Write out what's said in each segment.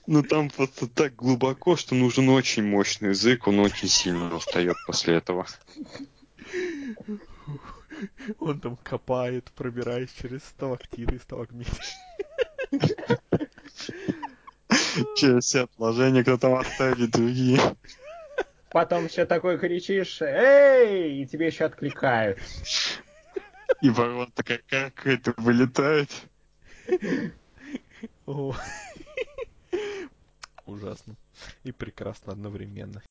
Ну там просто так глубоко, что нужен очень мощный язык, он очень сильно устает после этого. Он там копает, пробираясь через сталактиты и сталагмиты. Через все отложения кто там оставили другие. Потом еще такой кричишь, эй, и тебе еще откликают. И ворона такая какая-то вылетает. О. Ужасно. И прекрасно одновременно.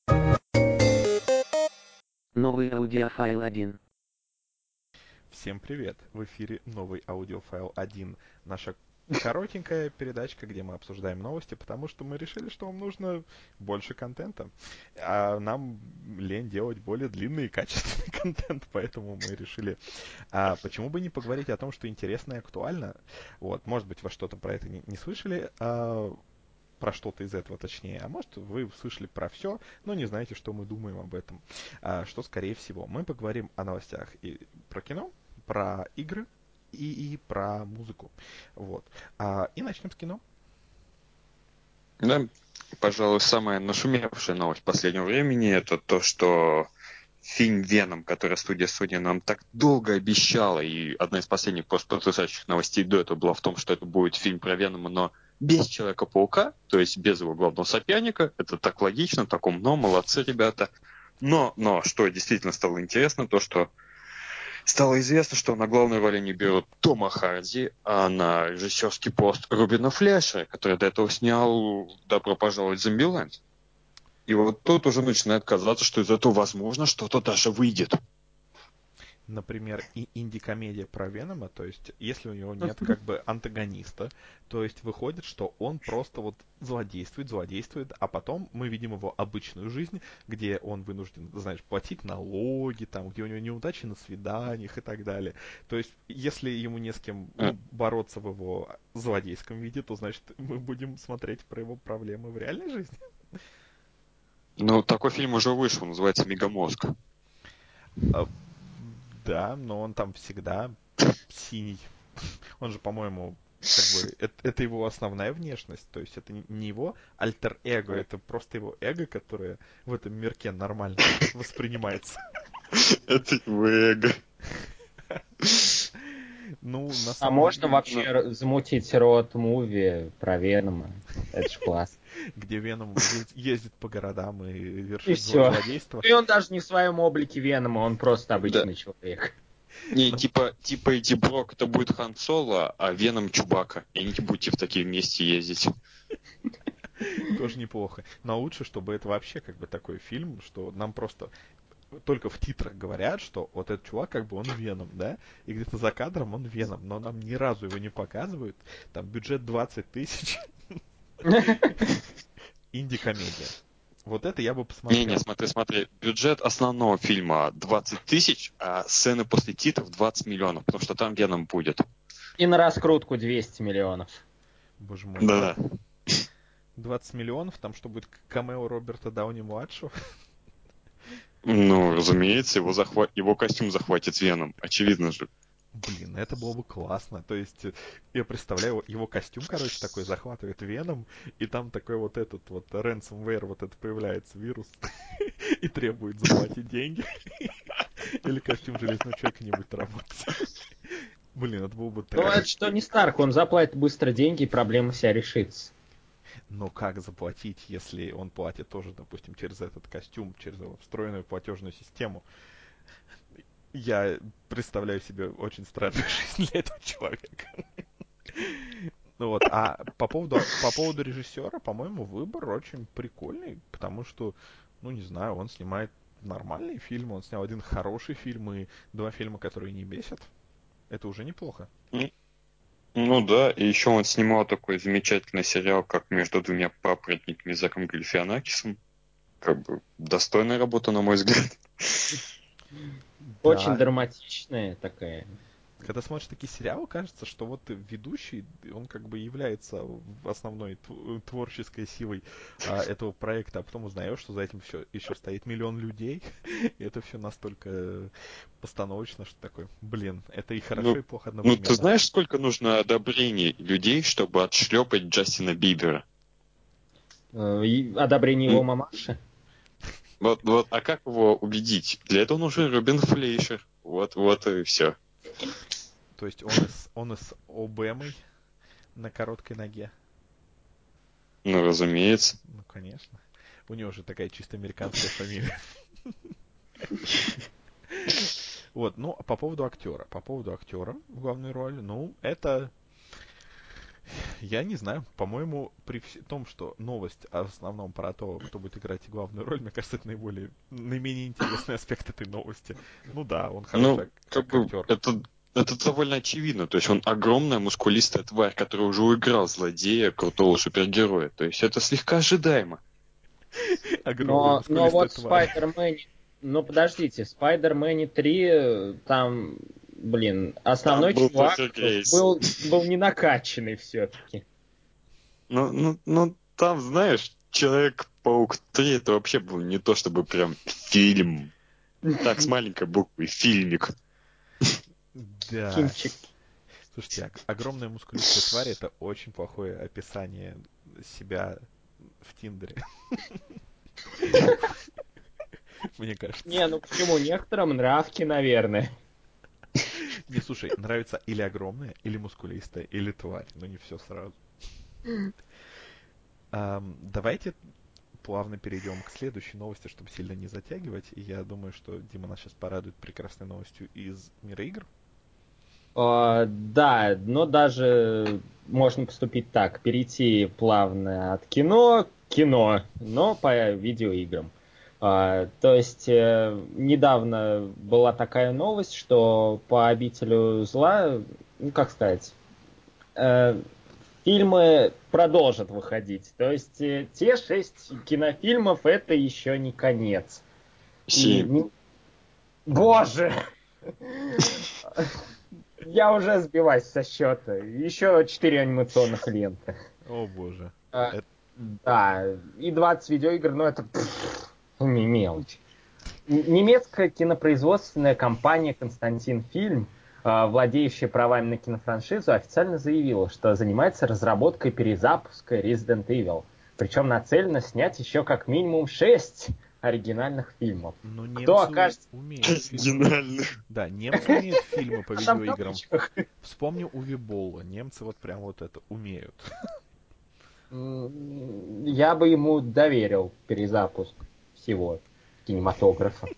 Новый аудиофайл 1. Всем привет! В эфире новый аудиофайл 1. Наша коротенькая передачка, где мы обсуждаем новости, потому что мы решили, что вам нужно больше контента. А нам лень делать более длинный и качественный контент, поэтому мы решили, почему бы не поговорить о том, что интересно и актуально. Вот, может быть, вы что-то про это не слышали, про что-то из этого точнее, а может вы слышали про все, но не знаете, что мы думаем об этом. Что скорее всего. Мы поговорим о новостях и про кино, про игры и про музыку. Вот. И начнем с кино. Да, пожалуй, самая нашумевшая новость последнего времени это то, что фильм «Веном», который студия Sony нам так долго обещала, и одна из последних просто потрясающих новостей до этого была в том, что это будет фильм про Венома, но без Человека-паука, то есть без его главного соперника. Это так логично, так умно, молодцы ребята. Но что действительно стало интересно, то что стало известно, что на главной роли не берут Тома Харди, а на режиссерский пост Робина Флеша, который до этого снял «Добро пожаловать в Зомбиленд». И вот тут уже начинает казаться, что из этого, возможно, что-то даже выйдет. Например, и инди-комедия про Венома, то есть, если у него нет как бы антагониста, то есть выходит, что он просто вот злодействует, а потом мы видим его обычную жизнь, где он вынужден, знаешь, платить налоги, там, где у него неудачи на свиданиях и так далее. То есть, если ему не с кем бороться в его злодейском виде, то, значит, мы будем смотреть про его проблемы в реальной жизни. Ну, такой фильм уже вышел, называется «Мегамозг». Да, но он там всегда синий. Он же, по-моему, как бы это его основная внешность, то есть это не его альтер-эго, это просто его эго, которое в этом мирке нормально воспринимается. Это его эго. Ну, на А самом можно вообще замутить роуд-муви про Венома? Это ж класс. где Веном ездит по городам и И вершит все. злодейство. И он даже не в своем облике Венома, он просто Да. обычный человек. Не, типа Эдди Брок это будет Хан Соло, а Веном Чубака. И они будете в такие вместе ездить. Тоже неплохо. Но лучше, чтобы это вообще как бы такой фильм, что нам просто только в титрах говорят, что вот этот чувак как бы он Веном, да, и где-то за кадром он Веном, но нам ни разу его не показывают. Там бюджет 20 тысяч. Инди-комедия. Вот это я бы посмотрел. Не, смотри. Бюджет основного фильма 20 тысяч, а сцены после титров 20 миллионов, потому что там Веном будет. И на раскрутку 200 миллионов. Боже мой, Да. 20 миллионов, там что будет камео Роберта Дауни-младшего? Ну, разумеется, его костюм захватит Веном, очевидно же. Блин, это было бы классно. То есть, я представляю, его костюм, короче, такой захватывает Веном, и там такой вот этот вот ransomware, вот это появляется вирус, и требует заплатить деньги. Или костюм Железного Человека не будет работать. Блин, это было бы Ну, такая... это что не Старк, он заплатит быстро деньги, и проблема вся решится. Но как заплатить, если он платит тоже, допустим, через этот костюм, через его встроенную платежную систему? Я представляю себе очень странную жизнь для этого человека. Ну вот, по поводу режиссера, по-моему, выбор очень прикольный, потому что, ну не знаю, он снимает нормальные фильмы, он снял один хороший фильм и 2 фильма, которые не бесят. Это уже неплохо. Ну да, и еще он снимал такой замечательный сериал, как «Между двумя папоротниками» с Заком Галифианакисом. Как бы достойная работа, на мой взгляд. Очень Да. драматичная такая. Когда смотришь такие сериалы, кажется, что вот ведущий, он как бы является основной творческой силой этого проекта, а потом узнаешь, что за этим все еще стоит миллион людей, и это все настолько постановочно, что такой, блин, это и хорошо, и плохо Ну, ты одновременно. знаешь, сколько нужно одобрений людей, чтобы отшлепать Джастина Бибера? Одобрение его мамаши? Вот, а как его убедить? Для этого нужен Робин Флейшер. Вот и все. То есть он и с Обэмой на короткой ноге? Ну, разумеется. Ну, конечно. У него же такая чисто американская фамилия. Вот, ну, по поводу актера. По поводу актера в главной роли, ну, это... Я не знаю, по-моему, при том, что новость в основном про то, кто будет играть главную роль, мне кажется, это наименее интересный аспект этой новости. Ну да, он хороший Ну, как бы, актер. это довольно очевидно. То есть он огромная мускулистая тварь, которая уже играл злодея, крутого супергероя. То есть это слегка ожидаемо. Огромная Но мускулистая вот в тварь. Спайдермене... Ну, подождите, в Спайдермене 3 там, основной Там был чувак Тофер Грейс. был не накачанный все-таки. Ну, там, знаешь, Человек-паук 3 это вообще был не то чтобы прям фильм. Так, с маленькой буквы, фильмик. Да. Кинчик. Слушайте, огромная мускулистая тварь — это очень плохое описание себя в Тиндере. Мне кажется. Не, ну почему? Некоторым нравки, наверное. Не, слушай, нравится или огромная, или мускулистая, или тварь, но не все сразу. Давайте плавно перейдем к следующей новости, чтобы сильно не затягивать. И я думаю, что Дима нас сейчас порадует прекрасной новостью из мира игр. Да, но даже можно поступить так, перейти плавно от кино к кино, но по видеоиграм. То есть недавно была такая новость, что по «Обителю зла», ну как сказать, фильмы продолжат выходить. То есть те 6 кинофильмов это еще не конец. Боже! Я уже сбиваюсь со счета. Еще 4 анимационных ленты. О боже. Да, и 20 видеоигр, но это мелочь. Немецкая кинопроизводственная компания «Константин Фильм», владеющая правами на кинофраншизу, официально заявила, что занимается разработкой перезапуска Resident Evil. Причем нацелена снять еще как минимум 6 оригинальных фильмов. Но Кто немцы окажется... умеют фильмы. Да, немцы умеют фильмы по видеоиграм. Вспомни Уви Болла. Немцы вот прям вот это умеют. Я бы ему доверил перезапуск всего кинематографа.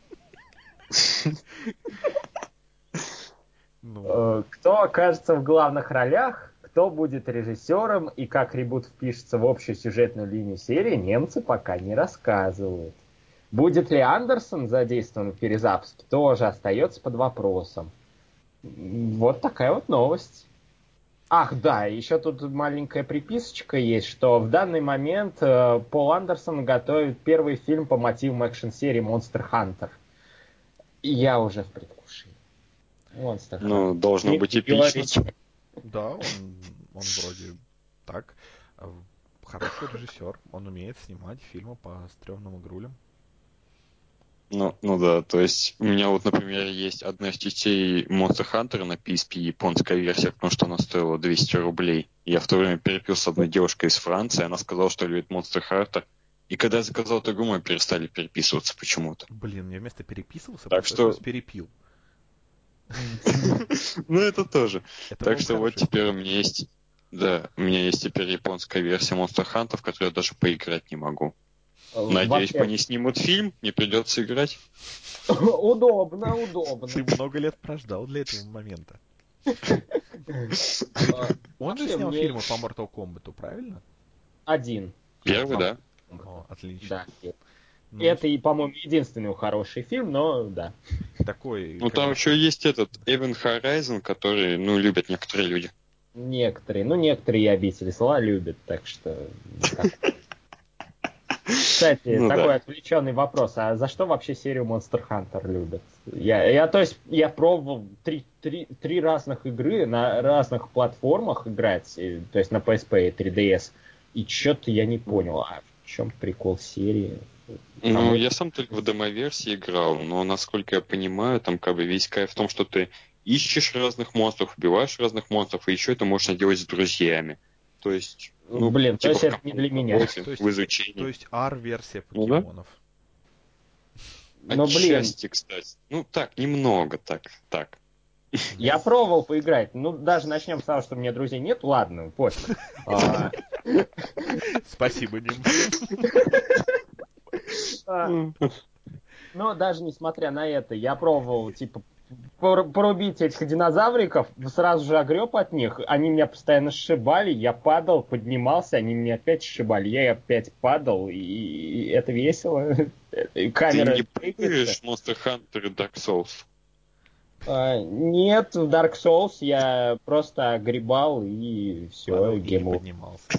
Кто окажется в главных ролях, кто будет режиссером и как ребут впишется в общую сюжетную линию серии, немцы пока не рассказывают. Будет ли Андерсон задействован в перезапуске, тоже остается под вопросом. Вот такая вот новость. Ах, да, еще тут маленькая приписочка есть, что в данный момент Пол Андерсон готовит первый фильм по мотивам экшн-серии Monster Hunter. И я уже в предвкушении. Monster Hunter. Ну, должно быть эпично. Да, он вроде так. Хороший режиссер. Он умеет снимать фильмы по стрёмным игрулям. Ну да, то есть у меня вот, например, есть одна из частей Monster Hunter на PSP, японская версия, потому что она стоила 200 рублей. Я в то время перепился с одной девушкой из Франции, она сказала, что любит Monster Hunter. И когда я заказал эту игру, мы перестали переписываться почему-то. Блин, я вместо переписывался, так что перепил. Ну, это тоже. Так что вот теперь способ. у меня есть... Да, у меня есть теперь японская версия Monster Hunter, в которую я даже поиграть не могу. Надеюсь, по ней снимут фильм, не придется играть. Удобно. Ты много лет прождал для этого момента. Он же снял фильмы по Mortal Kombat, правильно? Один. Первый, да. О, отлично. Да. Это, по-моему, единственный хороший фильм, но да. Такой. Ну, там еще есть этот Event Horizon, который, любят некоторые люди. Некоторые и Обители зла любят, так что... Кстати, такой отвлеченный вопрос. А за что вообще серию Monster Hunter любят? Я пробовал три разных игры на разных платформах играть, то есть на PSP и 3DS, и что-то я не понял, а в чем прикол серии? Я сам только в демо-версии играл, но, насколько я понимаю, там весь кайф в том, что ты ищешь разных монстров, убиваешь разных монстров, и еще это можно делать с друзьями. То есть, Блин, то типа есть это не для меня. работе, То есть- в изучении. То есть R-версия Ну да. покемонов. Но, блин, Отчасти, кстати. Так, немного так. я пробовал поиграть. Ну, даже начнем с того, что у меня друзей нет. Ладно, пофиг. Спасибо, Ним. Но даже несмотря на это, я пробовал, типа, порубить этих динозавриков, сразу же огреб от них. Они меня постоянно сшибали, я падал, поднимался, они меня опять сшибали. Я опять падал, и это весело. Ты Камера не двигается. пробуешь Monster Hunter и Dark Souls? Нет, в Dark Souls я просто огребал и все, Падал и не гейм овер. поднимался.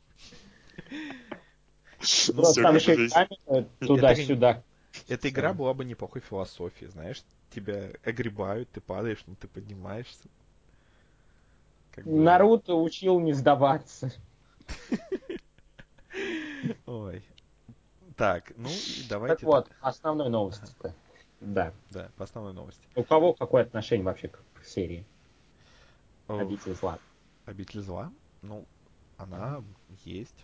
Просто Всё там как еще и жизнь. камера туда-сюда. Эта игра была бы неплохой философией, знаешь? Тебя огребают, ты падаешь, но ты поднимаешься. Как бы... Наруто учил не сдаваться. Ой. Так, ну и Так давайте вот, основной новости-то. Да. Да, по основной новости. У кого какое отношение вообще к серии Оф, «Обитель зла»? Обитель зла? Ну, она есть.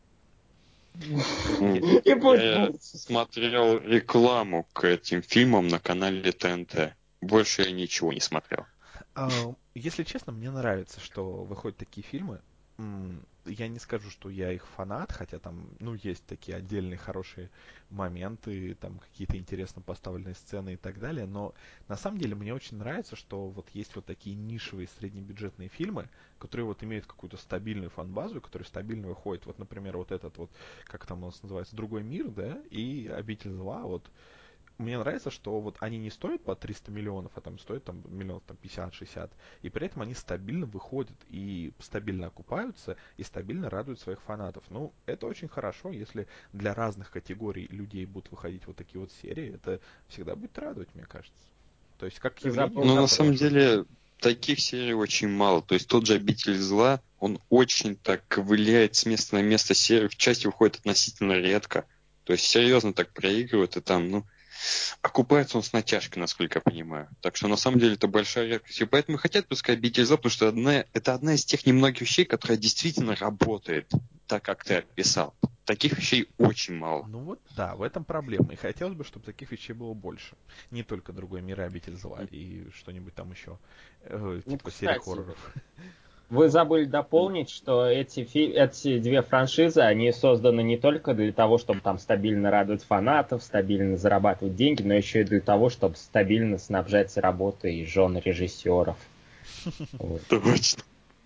И пусть Я будет. смотрел рекламу к этим фильмам на канале ТНТ. Больше я ничего не смотрел. Если честно, мне нравится, что выходят такие фильмы. Я не скажу, что я их фанат, хотя там, есть такие отдельные хорошие моменты, там какие-то интересно поставленные сцены и так далее, но на самом деле мне очень нравится, что вот есть вот такие нишевые среднебюджетные фильмы, которые вот имеют какую-то стабильную фан-базу, которые стабильно выходят. Вот, например, вот этот вот, как там у нас называется, «Другой мир», да, и «Обитель зла», вот мне нравится, что вот они не стоят по 300 миллионов, а там стоят там миллионов там 50-60, и при этом они стабильно выходят и стабильно окупаются, и стабильно радуют своих фанатов. Ну, это очень хорошо, если для разных категорий людей будут выходить вот такие вот серии, это всегда будет радовать, мне кажется. То есть, как Ты явление забыл, Но это на да, самом хорошо. деле таких серий очень мало. То есть тот же «Обитель зла», он очень так ковыляет с места на место. Серии в части выходит относительно редко. То есть серьезно так проигрывает, и там, окупается он с натяжкой, насколько я понимаю. Так что на самом деле это большая редкость. И поэтому и хотят пускай «Обитель зла», потому что это одна из тех немногих вещей, которая действительно работает так, как ты описал. Таких вещей очень мало. Ну вот, да, в этом проблема. И хотелось бы, чтобы таких вещей было больше. Не только «Другой мир» и «Обитель зла», и что-нибудь там еще, Ну, типа серии кстати, хорроров. вы забыли дополнить, что эти две франшизы, они созданы не только для того, чтобы там стабильно радовать фанатов, стабильно зарабатывать деньги, но еще и для того, чтобы стабильно снабжать работой жен режиссеров. Вот. Точно.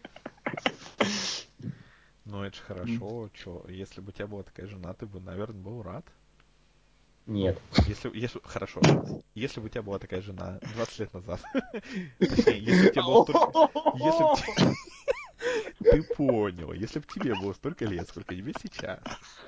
Ну, это же хорошо. Чё, если бы у тебя была такая жена, ты бы, наверное, был рад. Нет. Хорошо. Если бы у тебя была такая жена 20 лет назад, точнее, если бы у тебя было столько... Если бы... Ты понял. Если бы тебе было столько лет, сколько тебе сейчас.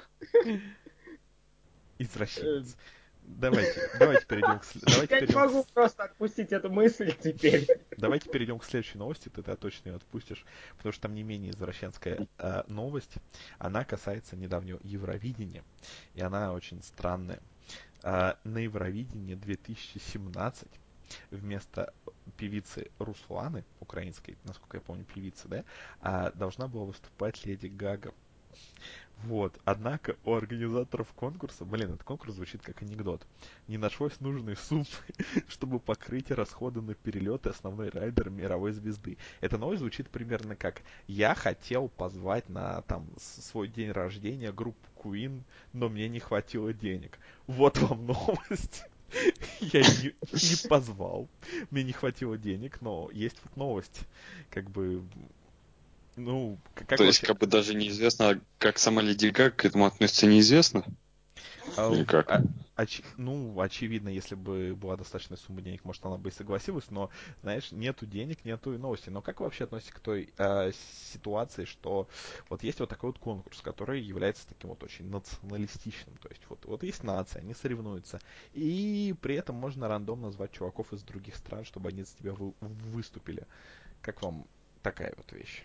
Извращенец. Давайте перейдем Я не могу просто отпустить эту мысль теперь. Давайте перейдем к следующей новости, ты точно ее отпустишь, потому что там не менее извращенская новость. Она касается недавнего Евровидения, и она очень странная. На Евровидении 2017 вместо певицы Русланы, украинской, насколько я помню, певицы, да, должна была выступать Леди Гага. Вот. Однако у организаторов конкурса, этот конкурс звучит как анекдот, не нашлось нужной суммы, чтобы покрыть расходы на перелеты основной райдер мировой звезды. Эта новость звучит примерно как: я хотел позвать на свой день рождения группу Queen, но мне не хватило денег. Вот вам новость. Я не позвал, мне не хватило денег, но есть вот новость. Как бы, как То есть, вообще... как бы даже неизвестно, как сама Леди Гага к этому относится, неизвестно? Или как? Очевидно, если бы была достаточная сумма денег, может, она бы и согласилась, но, знаешь, нету денег, нету и новости. Но как вы вообще относитесь к той ситуации, что вот есть вот такой вот конкурс, который является таким вот очень националистичным, то есть вот есть нация, они соревнуются, и при этом можно рандомно звать чуваков из других стран, чтобы они за тебя выступили. Как вам такая вот вещь?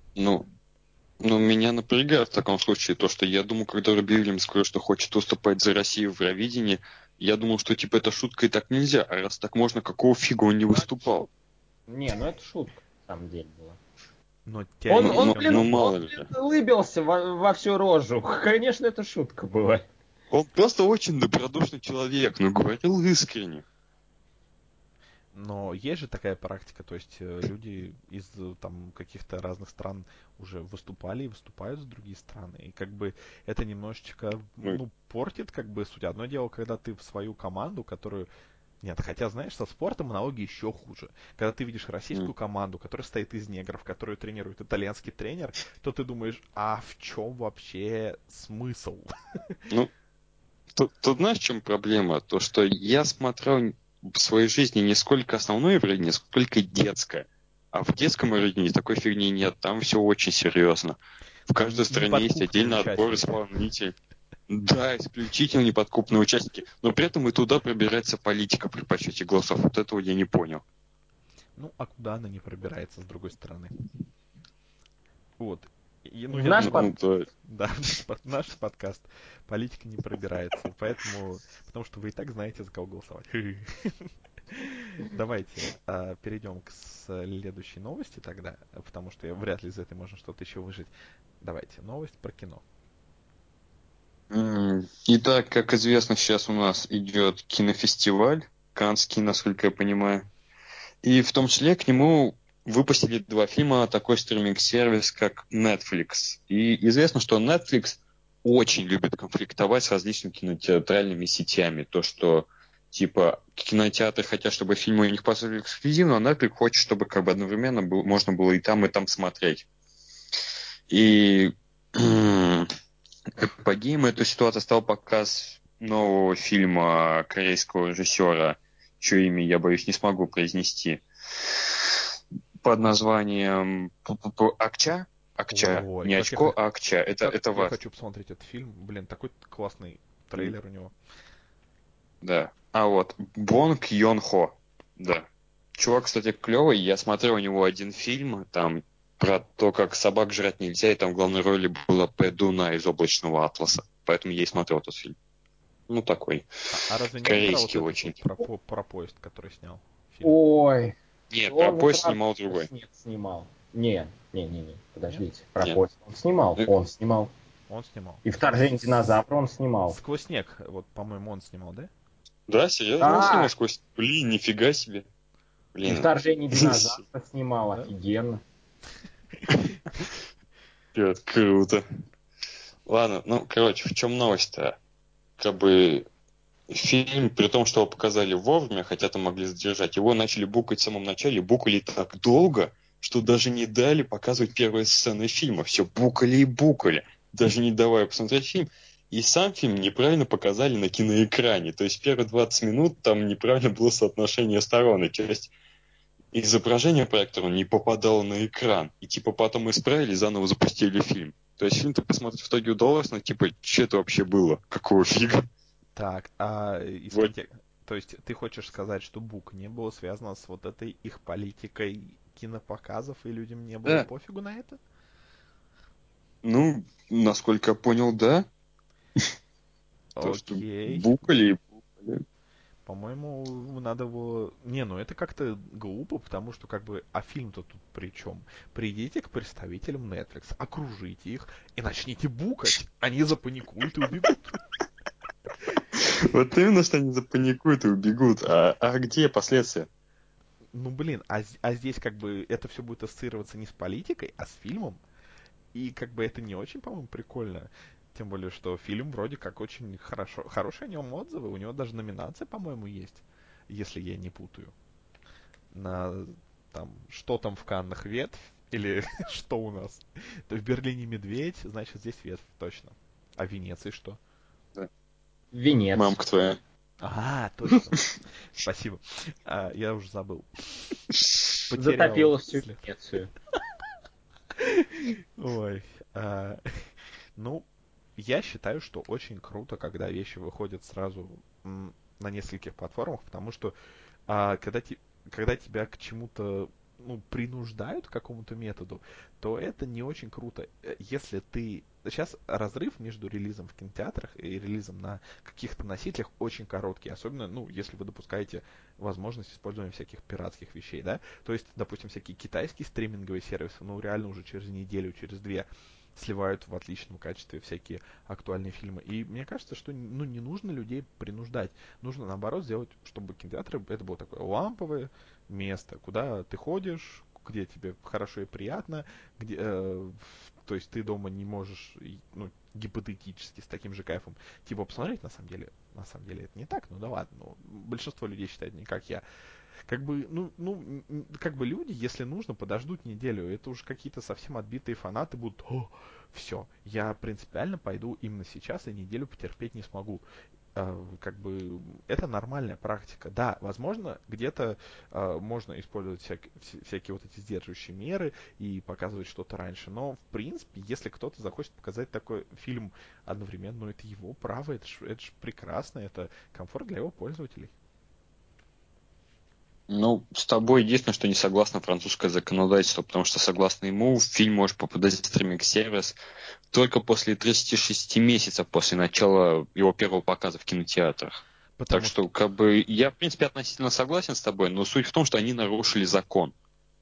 Меня напрягает в таком случае то, что я думаю, когда Робби Уильямс сказал, что хочет выступать за Россию в Евровидении, я думал, что типа это шутка и так нельзя, а раз так можно, какого фига он не выступал? Не, ну это шутка, на самом деле была. Но Он, теоретически он мог бы. мало он, ли. блин, улыбился во всю рожу. Конечно, это шутка была. Он просто очень добродушный человек, но говорил искренне. Но есть же такая практика, то есть люди из там каких-то разных стран уже выступали и выступают за другие страны. И как бы это немножечко, Ну, ну, портит как бы суть. Одно дело, когда ты в свою команду, которую... Нет, хотя, знаешь, со спортом аналогии еще хуже. Когда ты видишь российскую команду, которая состоит из негров, которую тренирует итальянский тренер, то ты думаешь, а в чем вообще смысл? ну, тут знаешь, в чем проблема? То, что я смотрел в своей жизни не сколько основное явление, сколько детское. А в детском явлении такой фигни нет. Там все очень серьезно. В Там каждой стране есть неподкупные отдельный отбор участники. исполнителей. Да, исключительно неподкупные участники. Но при этом и туда пробирается политика при подсчете голосов. Вот этого я не понял. Ну, а куда она не пробирается, с другой стороны? Вот. И, ну, В я наш думаю, Да. да, наш подкаст политика не пробирается, поэтому, потому что вы и так знаете, за кого голосовать. Давайте перейдем к следующей новости тогда, потому что вряд ли из этой можно что-то еще выжить. Давайте, новость про кино. Итак, как известно, сейчас у нас идет кинофестиваль, Каннский, насколько я понимаю. И в том числе к нему выпустили 2 фильма такой стриминг-сервис, как Netflix. И известно, что Netflix очень любит конфликтовать с различными кинотеатральными сетями. То, что типа кинотеатры хотят, чтобы фильмы у них поставили эксклюзивно, а Netflix хочет, чтобы как бы одновременно можно было и там смотреть. И апогеем этой ситуации стал показ нового фильма корейского режиссера, чье имя я боюсь не смогу произнести, под названием Акча. Акча. Ой, Не как очко, а Акча. как Это я вас. хочу посмотреть этот фильм. Блин, такой классный трейлер у него. Да. А вот Бонг Йон Хо. Да. Чувак, кстати, клевый. Я смотрел у него один фильм, там про то, как собак жрать нельзя, и там в главной роли была Пэдуна из «Облачного атласа». Поэтому я и смотрел этот фильм. Ну, такой. А разве не он про вот Корейский этот очень. вот, про поезд, который снял фильм? Ой, Нет, про он вот поезд снимал «Радужный другой. снег» снимал. Не, Нет? подождите. Про Нет. поезд он снимал. Ну, Он снимал. Он снимал. И «Вторжение динозавра» он снимал. Сквозь снег, вот, по-моему, он снимал, да? да, серьезно, он снимал А, сквозь... Блин, нифига себе. и Блин. «Вторжение динозавра» снимал. Да? Офигенно. Вперед, круто. Ладно, ну, короче, в чем новость-то? Как бы фильм, при том, что его показали вовремя, хотя там могли задержать, его начали букать в самом начале, букали так долго, что даже не дали показывать первые сцены фильма. Все букали и букали, даже не давая посмотреть фильм. И сам фильм неправильно показали на киноэкране. То есть первые 20 минут там неправильно было соотношение сторон. И часть изображения проектора не попадало на экран. И типа потом исправили, заново запустили фильм. То есть фильм-то посмотреть в итоге удалось, но типа, что это вообще было? Какого фига? Так, а из Вот. То есть ты хочешь сказать, что Бук не было связано с вот этой их политикой кинопоказов, и людям не было Да. пофигу на это? Ну, насколько я понял, да. То, что Окей. букали и букали. По-моему, надо было... Не, ну это как-то глупо, потому что как бы... А фильм-то тут при чем? Придите к представителям Netflix, окружите их и начните букать. Они запаникуют и убегут. Вот именно, что они запаникуют и убегут. А где последствия? Ну блин, а здесь как бы это все будет ассоциироваться не с политикой, а с фильмом. И как бы это не очень, по-моему, прикольно. Тем более, что фильм вроде как очень хорошо... Хорошие о нем отзывы. У него даже номинация, по-моему, есть. Если я не путаю. На там, что там в Каннах, ветвь? Или что у нас? То в Берлине медведь, значит здесь ветвь, точно. А в Венеции что? Да. Венец. Мамка твоя. А, точно. Спасибо. Я уже забыл. Потерял Затопило всю след. Венецию. Ой. Ну, я считаю, что очень круто, когда вещи выходят сразу на нескольких платформах, потому что когда тебя к чему-то принуждают к какому-то методу, то это не очень круто. Если ты... Сейчас разрыв между релизом в кинотеатрах и релизом на каких-то носителях очень короткий, особенно, если вы допускаете возможность использования всяких пиратских вещей, да, то есть, допустим, всякие китайские стриминговые сервисы, реально уже через неделю, через две сливают в отличном качестве всякие актуальные фильмы. И мне кажется, что не нужно людей принуждать. Нужно, наоборот, сделать, чтобы кинотеатры это было такое ламповое место, куда ты ходишь, где тебе хорошо и приятно, где, то есть ты дома не можешь, гипотетически с таким же кайфом, типа, посмотреть, на самом деле это не так, да ладно, большинство людей считает не как я. Как бы люди, если нужно, подождут неделю. Это уже какие-то совсем отбитые фанаты будут, все, я принципиально пойду именно сейчас и неделю потерпеть не смогу. Как бы это нормальная практика. Да, возможно, где-то можно использовать всякие вот эти сдерживающие меры и показывать что-то раньше. Но, в принципе, если кто-то захочет показать такой фильм одновременно, это его право, это ж прекрасно, это комфорт для его пользователей. С тобой единственное, что не согласно французское законодательство, потому что, согласно ему, фильм может попадать в стриминг-сервис только после 36 месяцев после начала его первого показа в кинотеатрах. Так что, я, в принципе, относительно согласен с тобой, но суть в том, что они нарушили закон.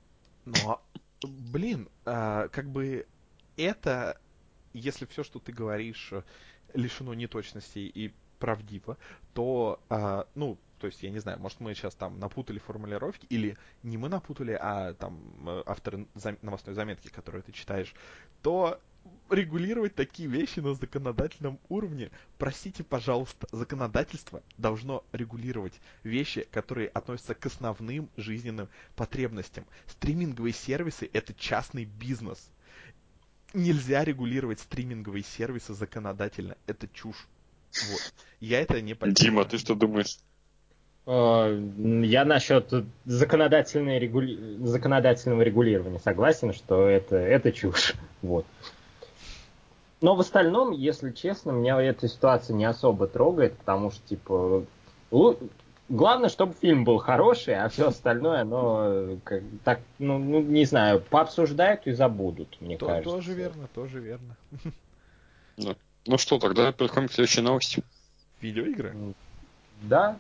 Это, если все, что ты говоришь, лишено неточностей и правдиво, то, то есть, я не знаю, может, мы сейчас там напутали формулировки, или не мы напутали, а там авторы новостной заметки, которую ты читаешь, то регулировать такие вещи на законодательном уровне, простите, пожалуйста, законодательство должно регулировать вещи, которые относятся к основным жизненным потребностям. Стриминговые сервисы — это частный бизнес. Нельзя регулировать стриминговые сервисы законодательно. Это чушь. Вот. Я это не поддерживаю. Дима, ты что думаешь? Я насчет законодательного регулирования согласен, что это чушь. Вот. Но в остальном, если честно, меня эта ситуация не особо трогает, потому что, главное, чтобы фильм был хороший, а все остальное, оно не знаю, пообсуждают и забудут, мне кажется. Тоже верно. Что, тогда переходим к следующей новости. Видеоигры? Да.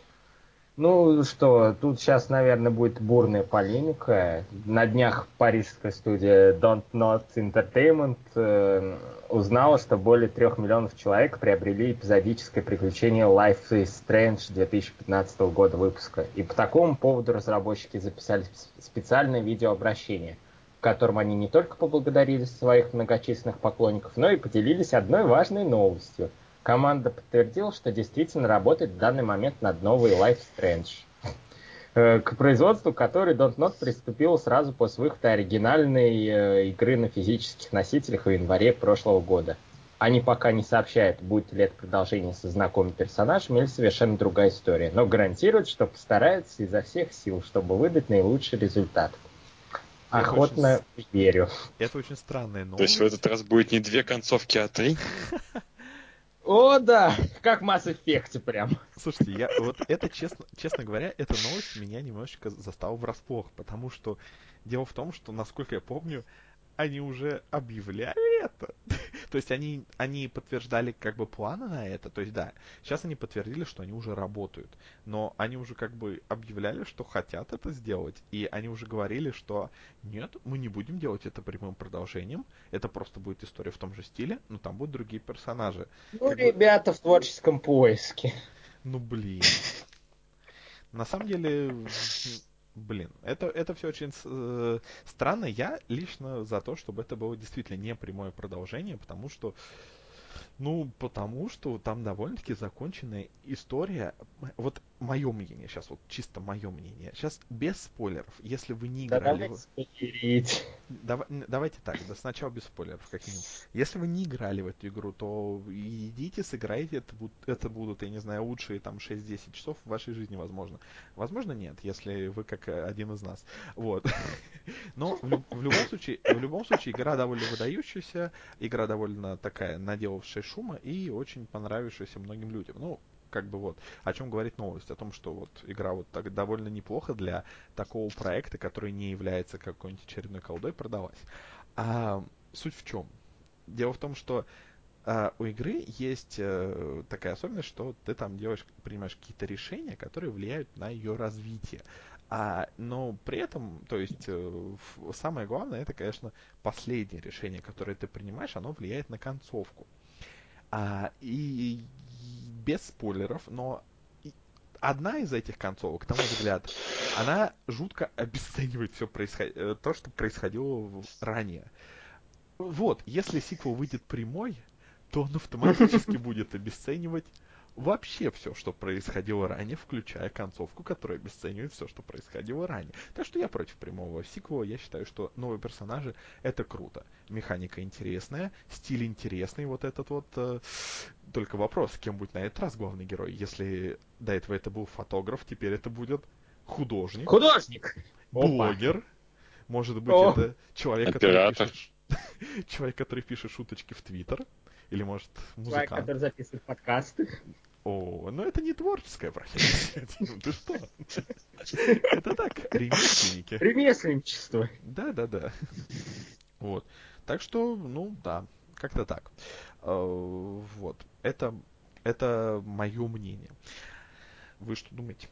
Тут сейчас, наверное, будет бурная полемика. На днях парижская студия Don't Not Entertainment узнала, что более 3 миллионов человек приобрели эпизодическое приключение Life is Strange 2015 года выпуска. И по такому поводу разработчики записали специальное видеообращение, в котором они не только поблагодарили своих многочисленных поклонников, но и поделились одной важной новостью. Команда подтвердила, что действительно работает в данный момент над новой Life Strange, к производству которой Don't Not приступила сразу после выхода оригинальной игры на физических носителях в январе прошлого года. Они пока не сообщают, будет ли это продолжение со знакомым персонажем или совершенно другая история, но гарантируют, что постараются изо всех сил, чтобы выдать наилучший результат. Охотно верю. Это очень странная новость. То есть в этот раз будет не 2 концовки, а 3? О, да, как в Mass Effect прям. Слушайте, это, честно говоря, эта новость меня немножечко застала врасплох, потому что дело в том, что, насколько я помню, они уже объявляли это. То есть они подтверждали как бы планы на это. То есть да, сейчас они подтвердили, что они уже работают. Но они уже как бы объявляли, что хотят это сделать. И они уже говорили, что нет, мы не будем делать это прямым продолжением. Это просто будет история в том же стиле, но там будут другие персонажи. Ребята в творческом поиске. Блин. На самом деле, это все очень странно. Я лично за то, чтобы это было действительно не прямое продолжение, потому что там довольно-таки законченная история. Вот мое мнение, сейчас вот чисто мое мнение. Сейчас без спойлеров. Если вы не играли... Давайте так, сначала без спойлеров, как минимум. Если вы не играли в эту игру, то идите, сыграйте. Это будут, я не знаю, лучшие там 6-10 часов в вашей жизни, возможно. Возможно, нет, если вы как один из нас. Вот. Но в любом случае, игра довольно выдающаяся, игра довольно такая, наделавшая шума и очень понравившаяся многим людям. как бы вот, о чем говорит новость, о том, что вот игра вот так довольно неплохо для такого проекта, который не является какой-нибудь очередной колдой, продалась. А суть в чем? Дело в том, что у игры есть такая особенность, что ты там принимаешь какие-то решения, которые влияют на ее развитие. Но при этом, то есть, самое главное, это, конечно, последнее решение, которое ты принимаешь, оно влияет на концовку. И без спойлеров, но одна из этих концовок, на мой взгляд, она жутко обесценивает все то, что происходило ранее. Вот, если сиквел выйдет прямой, то он автоматически будет обесценивать вообще все, что происходило ранее, включая концовку, которая обесценивает все, что происходило ранее. Так что я против прямого сиквела. Я считаю, что новые персонажи — это круто. Механика интересная, стиль интересный, вот этот вот. Только вопрос, кем будет на этот раз главный герой. Если до этого это был фотограф, теперь это будет художник, Художник! Опа! блогер. Может быть, О, это человек, Оператор. человек, который пишет шуточки в Твиттер. Или, может, человек, музыкант. который записывает подкасты. О, ну это не творческая профессия, Дим, ты что? Это так, ремесленники. Ремесленничество. Да. Вот. Так что, ну, да, как-то так. Вот. Это мое мнение. Вы что думаете?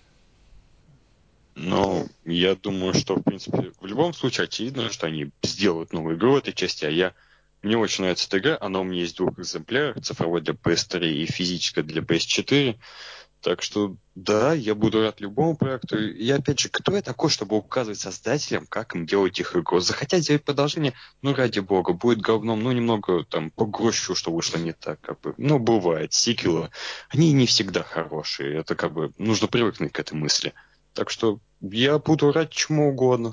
Ну, я думаю, что, в принципе, в любом случае очевидно, что они сделают новую игру в этой части, мне очень нравится эта игра, она у меня есть в 2 экземплярах, цифровой для PS3 и физическая для PS4, так что, да, я буду рад любому проекту, и опять же, кто я такой, чтобы указывать создателям, как им делать их игру? Захотят сделать продолжение, ну, ради бога, будет говном, ну, немного там погрущу, что вышло не так, как бы, ну, бывает, сиквелы, они не всегда хорошие, это как бы, нужно привыкнуть к этой мысли. Так что я буду рад чему угодно.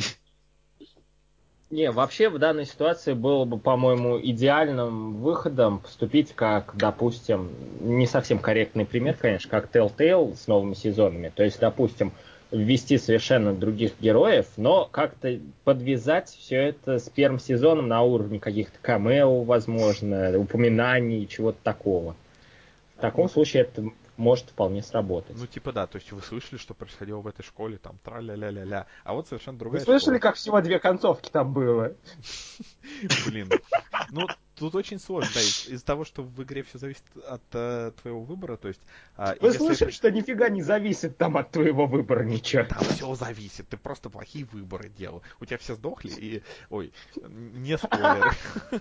Не, вообще в данной ситуации было бы, по-моему, идеальным выходом поступить как, допустим, не совсем корректный пример, конечно, как Telltale с новыми сезонами. То есть, допустим, ввести совершенно других героев, но как-то подвязать все это с первым сезоном на уровне каких-то камео, возможно, упоминаний, чего-то такого. В таком случае это может вполне сработать. Ну, типа, да, то есть вы слышали, что происходило в этой школе, там, тра-ля-ля-ля-ля, а вот совершенно Вы другая слышали, школа. как всего 2 концовки там было? Блин. Ну, тут очень сложно, да, из-за того, что в игре все зависит от твоего выбора, то есть, Вы если слышали, это... что нифига не зависит там от твоего выбора ничего? Там все зависит, ты просто плохие выборы делал. У тебя все сдохли и... Ой, не спойлеры.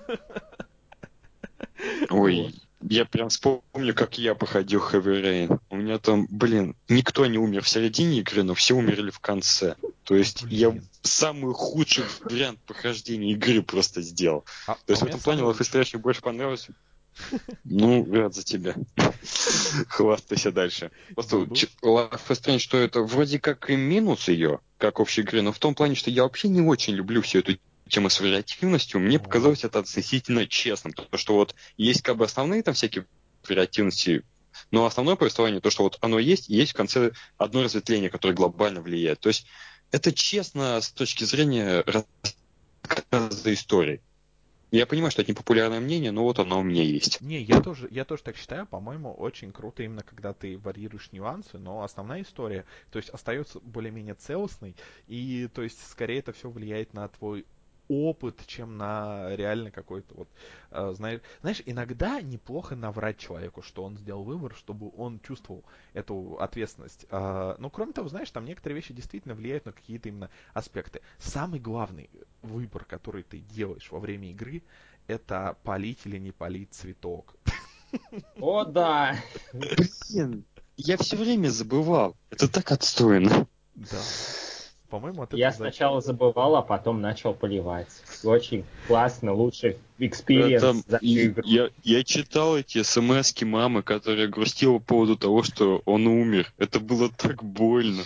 Вот. Ой, я прям вспомню, как я проходил Heavy Rain. У меня там, никто не умер в середине игры, но все умерли в конце. То есть я Блин. самый худший вариант прохождения игры просто сделал. А То есть у в меня этом плане самый Life is лучший. Strange мне больше понравился. Ну, рад за тебя. Хвастайся дальше. Просто Буду. Life is Strange, что это вроде как и минус ее, как общей игры, но в том плане, что я вообще не очень люблю всю эту тему с вариативностью. Мне О. показалось это относительно честным. Потому что вот есть как бы основные там всякие вариативности, но основное повествование, то, что вот оно есть, и есть в конце одно разветвление, которое глобально влияет. То есть это честно с точки зрения рассказа истории. Я понимаю, что это непопулярное мнение, но вот оно у меня есть. Не, я тоже так считаю, по-моему, очень круто именно когда ты варьируешь нюансы, но основная история, то есть остается более-менее целостной, и то есть скорее это все влияет на твой опыт, чем на реально какой-то вот, знаешь, иногда неплохо наврать человеку, что он сделал выбор, чтобы он чувствовал эту ответственность. Но кроме того, знаешь, там некоторые вещи действительно влияют на какие-то именно аспекты. Самый главный выбор, который ты делаешь во время игры, это полить или не полить цветок. О, да. Блин, я все время забывал. Это так отстойно. Да. По-моему, от Я этого сначала забывал, а потом начал поливать. Очень классно, лучший Это, экспириенс за всю игру. я читал эти смс-ки мамы, которая грустила по поводу того, что он умер. Это было так больно.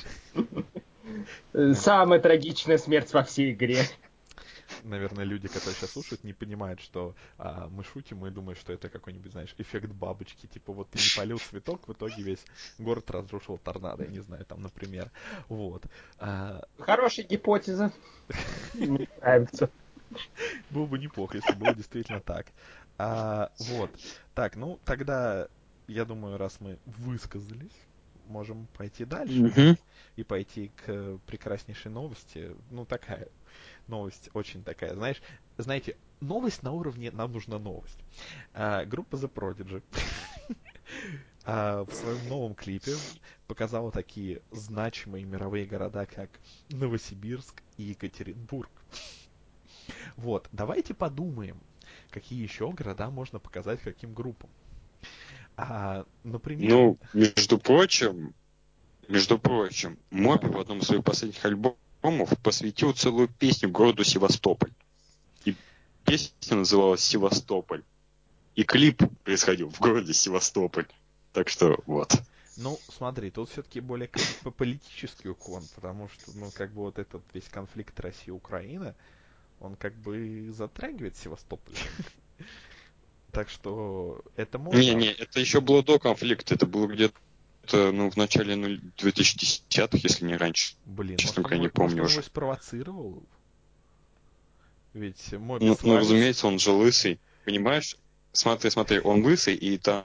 Самая трагичная смерть во всей игре. наверное, люди, которые сейчас слушают, не понимают, что мы шутим и думают, что это какой-нибудь, знаешь, эффект бабочки. Типа вот ты не полил цветок, в итоге весь город разрушил торнадо, я не знаю, там, например. Вот. Хорошая гипотеза. Мне нравится. Было бы неплохо, если было действительно так. Вот. Так, ну, тогда я думаю, раз мы высказались, можем пойти дальше Мгм. и пойти к прекраснейшей новости. Ну, такая новость очень такая, знаете, новость на уровне «нам нужна новость». Группа The Prodigy в своем новом клипе показала такие значимые мировые города, как Новосибирск и Екатеринбург. Вот, давайте подумаем, какие еще города можно показать каким группам. Например, Ну, между прочим, Моби в одном из своих последних альбомов посвятил целую песню городу Севастополь. И песня называлась «Севастополь». И клип происходил в городе Севастополь. Так что вот. ну, смотри, тут все-таки более как бы политический уклон, потому что, ну, как бы вот этот весь конфликт России-Украина, он как бы затрагивает Севастополь. Так что это можно. Не-не, это еще было до конфликта. Это было где-то в начале 2010-х, если не раньше. Блин, Честно может, говоря, не может, помню он уже. его спровоцировал? Ведь Моби Ну, славится... разумеется, он же лысый. Понимаешь? Смотри, он лысый, и там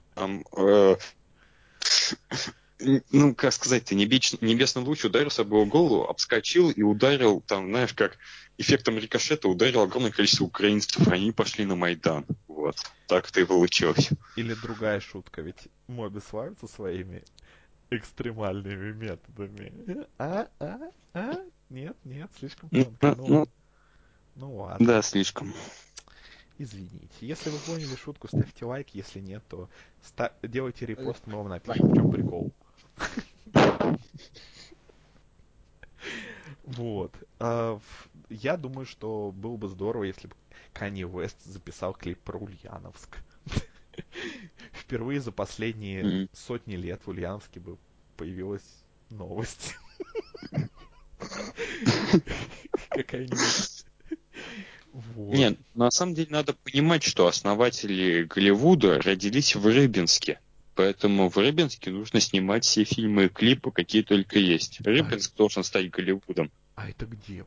ну, как сказать-то, небесный луч ударился об его голову, обскочил и ударил, там, знаешь, как эффектом рикошета ударил огромное количество украинцев, они пошли на Майдан. Вот. Так это и получилось. Или другая шутка, ведь Моби славится своими экстремальными методами. Нет, слишком Ну, тонко. ну, Ну ладно. да, слишком. Извините. Если вы поняли шутку, ставьте лайк. Если нет, то делайте репост, мы вам напишем, в чем прикол. Вот. Я думаю, что было бы здорово, если бы Канье Уэст записал клип про Ульяновск. Впервые за последние сотни лет в Ульяновске бы появилась новость. Какая-нибудь. Вот. Нет, на самом деле надо понимать, что основатели Голливуда родились в Рыбинске. Поэтому в Рыбинске нужно снимать все фильмы и клипы, какие только есть. Рыбинск должен стать Голливудом. А это где?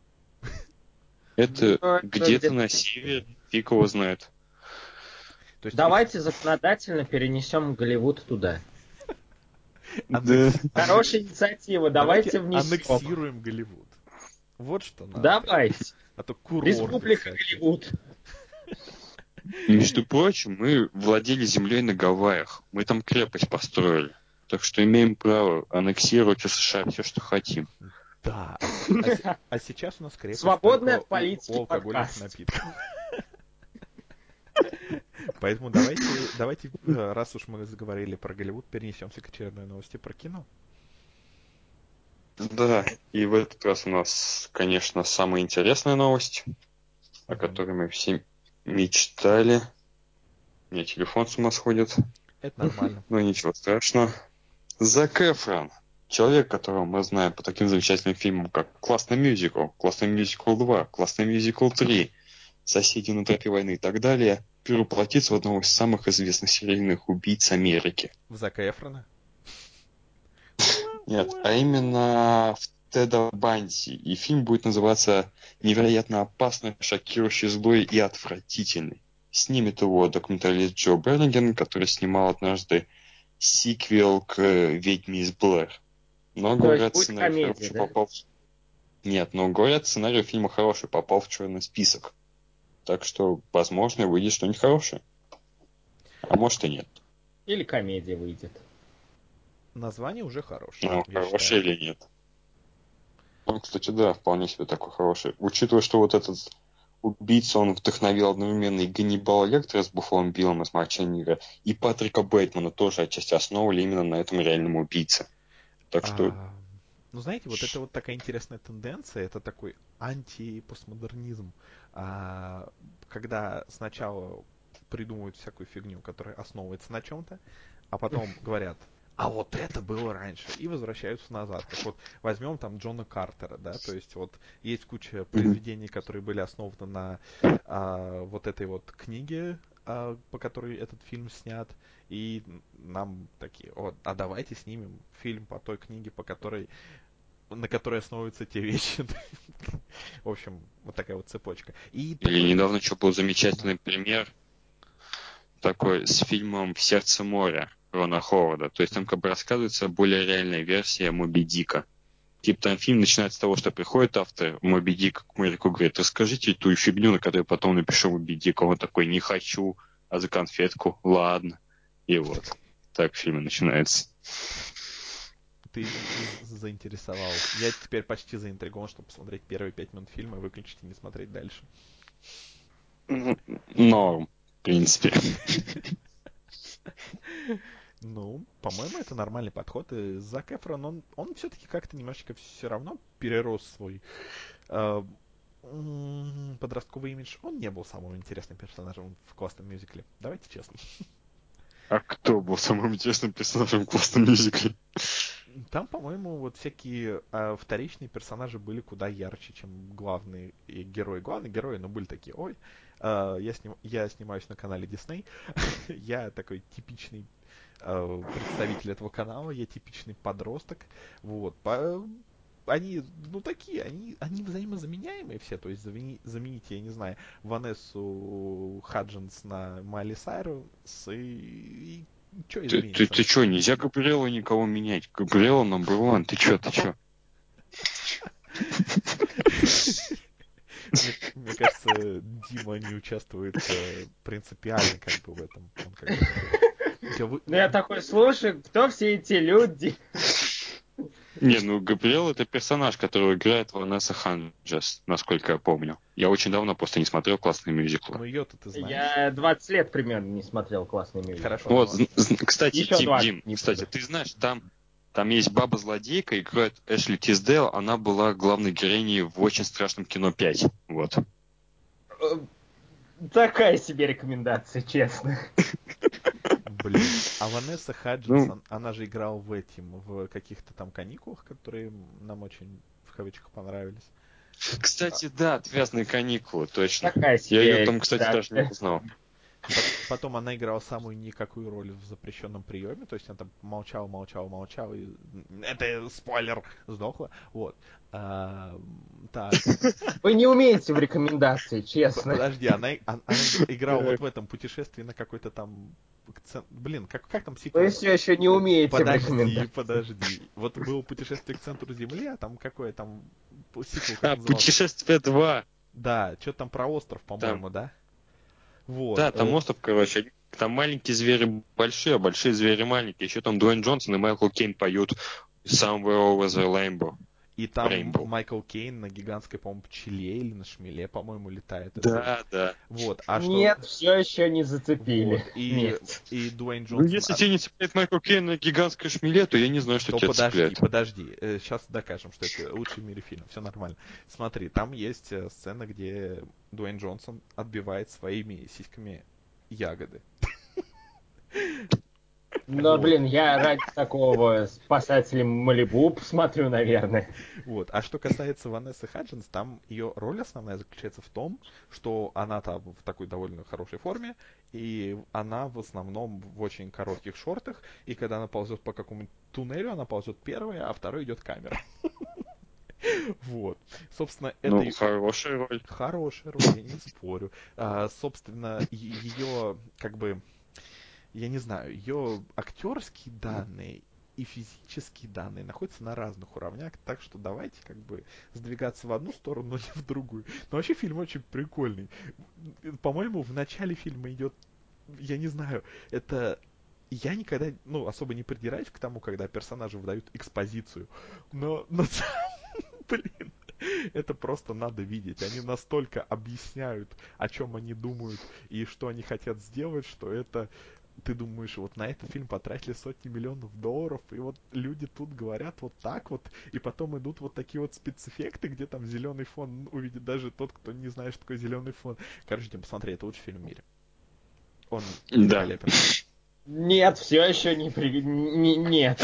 Это Ну, где-то на севере, фиг его знает. То есть Давайте законодательно перенесем Голливуд туда. Да. Хорошая инициатива, давайте внесем. аннексируем Голливуд. Вот что надо. Давайте. А то курорты Республика всякие. Голливуд. Между прочим, мы владели землей на Гавайях. Мы там крепость построили. Так что имеем право аннексировать у США все, что хотим. Да, а сейчас у нас крепость Свободный только от политики у алкогольных подкаст. напитков. Поэтому давайте, раз уж мы заговорили про Голливуд, перенесемся к очередной новости про кино. Да, и в этот раз у нас, конечно, самая интересная новость, о которой мы все мечтали. У меня телефон с ума сходит. Это нормально. Но ничего страшного. Зак Эфрон. Человек, которого мы знаем по таким замечательным фильмам, как «Классный мюзикл», «Классный мюзикл 2», «Классный мюзикл 3», «Соседи на тропе войны» и так далее, перевоплотится в одного из самых известных серийных убийц Америки. В Зака Эфрона? Нет, а именно в Теда Банди. И фильм будет называться «Невероятно опасный, шокирующий, злой и отвратительный». Снимет его документалист Джо Берниген, который снимал однажды сиквел к «Ведьме из Блэр». Но, То есть говорят, будет сценарий комедия, хороший да? попал... Нет, но, говорят, сценарий фильма хороший, попал в черный список. Так что, возможно, выйдет что-нибудь хорошее. А может и нет. Или комедия выйдет. Название уже хорошее, Ну, я хорошее считаю. или нет. Он, кстати, да, вполне себе такой хороший. Учитывая, что вот этот убийца, он вдохновил одновременно и Ганнибала Лектора с Буффалом Биллом из «Мартинера», и Патрика Бейтмана тоже отчасти основывали именно на этом реальном убийце. Так что... Ну, знаете, вот это вот такая интересная тенденция, это такой антипостмодернизм, когда сначала придумывают всякую фигню, которая основывается на чем-то, а потом говорят, а вот это было раньше, и возвращаются назад. Как вот возьмем там Джона Картера, да, то есть вот есть куча произведений, которые были основаны на вот этой вот книге, по которой этот фильм снят, и нам такие, а давайте снимем фильм по той книге, на которой основываются те вещи. В общем, вот такая вот цепочка. И Или такое же... недавно еще был замечательный пример такой с фильмом «Сердце моря». Рона Ховарда. То есть там как бы рассказывается более реальная версия Моби Дика. Типа там фильм начинается с того, что приходит автор Моби Дика к моряку, говорит, расскажите ту фигню, на которую потом напишу Моби Дика. Он такой, не хочу, а за конфетку, ладно. И вот. Так фильм и начинается. Ты заинтересовал. Я теперь почти заинтригован, чтобы посмотреть первые 5 минут фильма и выключить и не смотреть дальше. Норм, в принципе. Ну, по-моему, это нормальный подход. И Зак Эфрон, он все-таки как-то немножечко все равно перерос свой подростковый имидж. Он не был самым интересным персонажем в классном мюзикле. Давайте честно. А кто был самым интересным персонажем в классном мюзикле? Там, по-моему, вот всякие вторичные персонажи были куда ярче, чем главные герои. Главные герои, ну, были такие, ой, я снимаюсь на канале Disney, я такой типичный представитель этого канала, я типичный подросток, вот. Они, ну, такие, они взаимозаменяемые все, то есть замените, я не знаю, Ванессу Хаджинс на Майли Сайрус и что изменится? Ты чё, нельзя Габриэлу никого менять? Габриэла number one, ты чё? Мне кажется, Дима не участвует принципиально как бы в этом. Он как бы такой... Ну я такой, слушай, кто все эти люди? Не, ну Габриэл это персонаж, которого играет Ванесса Ханджес, насколько я помню. Я очень давно просто не смотрел классные мюзиклы. Ну ее-то ты знаешь. Я 20 лет примерно не смотрел классный мюзикл. Хорошо. Вот, кстати, Еще Дим, кстати, ты знаешь, там есть баба-злодейка, играет Эшли Тиздейл, она была главной героиней в «Очень страшном кино 5». Вот. Такая себе рекомендация, честно. Блин, а Ванесса Хаджинс, она же играла в каких-то там каникулах, которые нам очень в кавычках понравились. Кстати, да, «Отвязные каникулы», точно. Такая Я себе ее там, кстати, даже не узнал. Потом она играла самую никакую роль в «Запрещенном приеме», то есть она там молчала, и это спойлер, сдохла. Вот. Так. Вы не умеете в рекомендации, честно. Подожди, она играла вот в этом путешествии на какой-то там... Блин, как там сиквел? Вы все еще не умеете в рекомендации. Подожди. Вот было путешествие к центру Земли, а там какое там сиквел, как назывался? «Путешествие 2». Да, что там про остров, по-моему, да? Вот. Да, там остров, короче, там маленькие звери большие, а большие звери маленькие. Еще там Дуэйн Джонсон и Майкл Кейн поют «Somewhere Over the Rainbow». И там Майкл Кейн на гигантской, по-моему, пчеле или на шмеле, по-моему, летает. Да. Вот. Нет, все еще не зацепили. Вот. Нет. И Дуэйн Ну, Джонсон... если тебя не цепляет Майкл Кейн на гигантской шмеле, то я не знаю, что тебя цепляет. Подожди. Сейчас докажем, что это лучший в мире фильм. Все нормально. Смотри, там есть сцена, где Дуэйн Джонсон отбивает своими сиськами ягоды. Но, Вот. блин, я ради такого «Спасателей Малибу» посмотрю, наверное. Вот. А что касается Ванессы Хаджинс, там ее роль основная заключается в том, что она там в такой довольно хорошей форме, и она в основном в очень коротких шортах, и когда она ползет по какому-нибудь туннелю, она ползет первая, а второй идет камера. Вот. Собственно, это... Ну, хорошая роль. Хорошая роль, я не спорю. Собственно, ее, как бы, я не знаю, ее актерские данные и физические данные находятся на разных уровнях, так что давайте как бы сдвигаться в одну сторону, но не в другую. Но вообще фильм очень прикольный. По-моему, в начале фильма идет, я не знаю, это... Я никогда, особо не придираюсь к тому, когда персонажи выдают экспозицию, но блин, это просто надо видеть. Они настолько объясняют, о чем они думают и что они хотят сделать, что это... Ты думаешь, вот на этот фильм потратили сотни миллионов долларов, и вот люди тут говорят вот так вот, и потом идут вот такие вот спецэффекты, где там зеленый фон увидит даже тот, кто не знает, что такое зеленый фон. Короче, Дим, посмотри, это лучший фильм в мире. Он великолепен. Нет, все еще нет.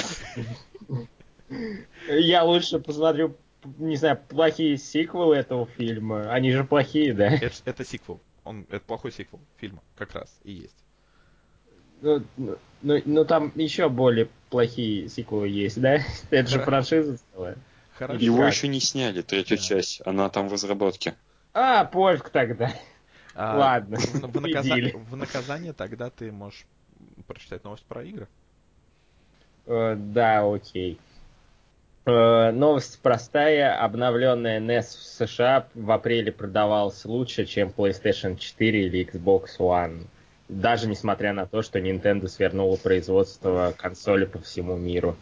Я лучше посмотрю, не знаю, плохие сиквелы этого фильма. Они же плохие, да? Это сиквел. Это плохой сиквел фильма, как раз и есть. Ну, там еще более плохие сиквелы есть, да? Это же франшиза целая. Хорошо. Его еще не сняли, третью часть. Она там в разработке. Пофиг тогда. Ладно. В наказание тогда ты можешь прочитать новость про игры. Да, окей. Новость простая. Обновленная NES в США в апреле продавалась лучше, чем PlayStation 4 или Xbox One. Даже несмотря на то, что Nintendo свернула производство консоли по всему миру.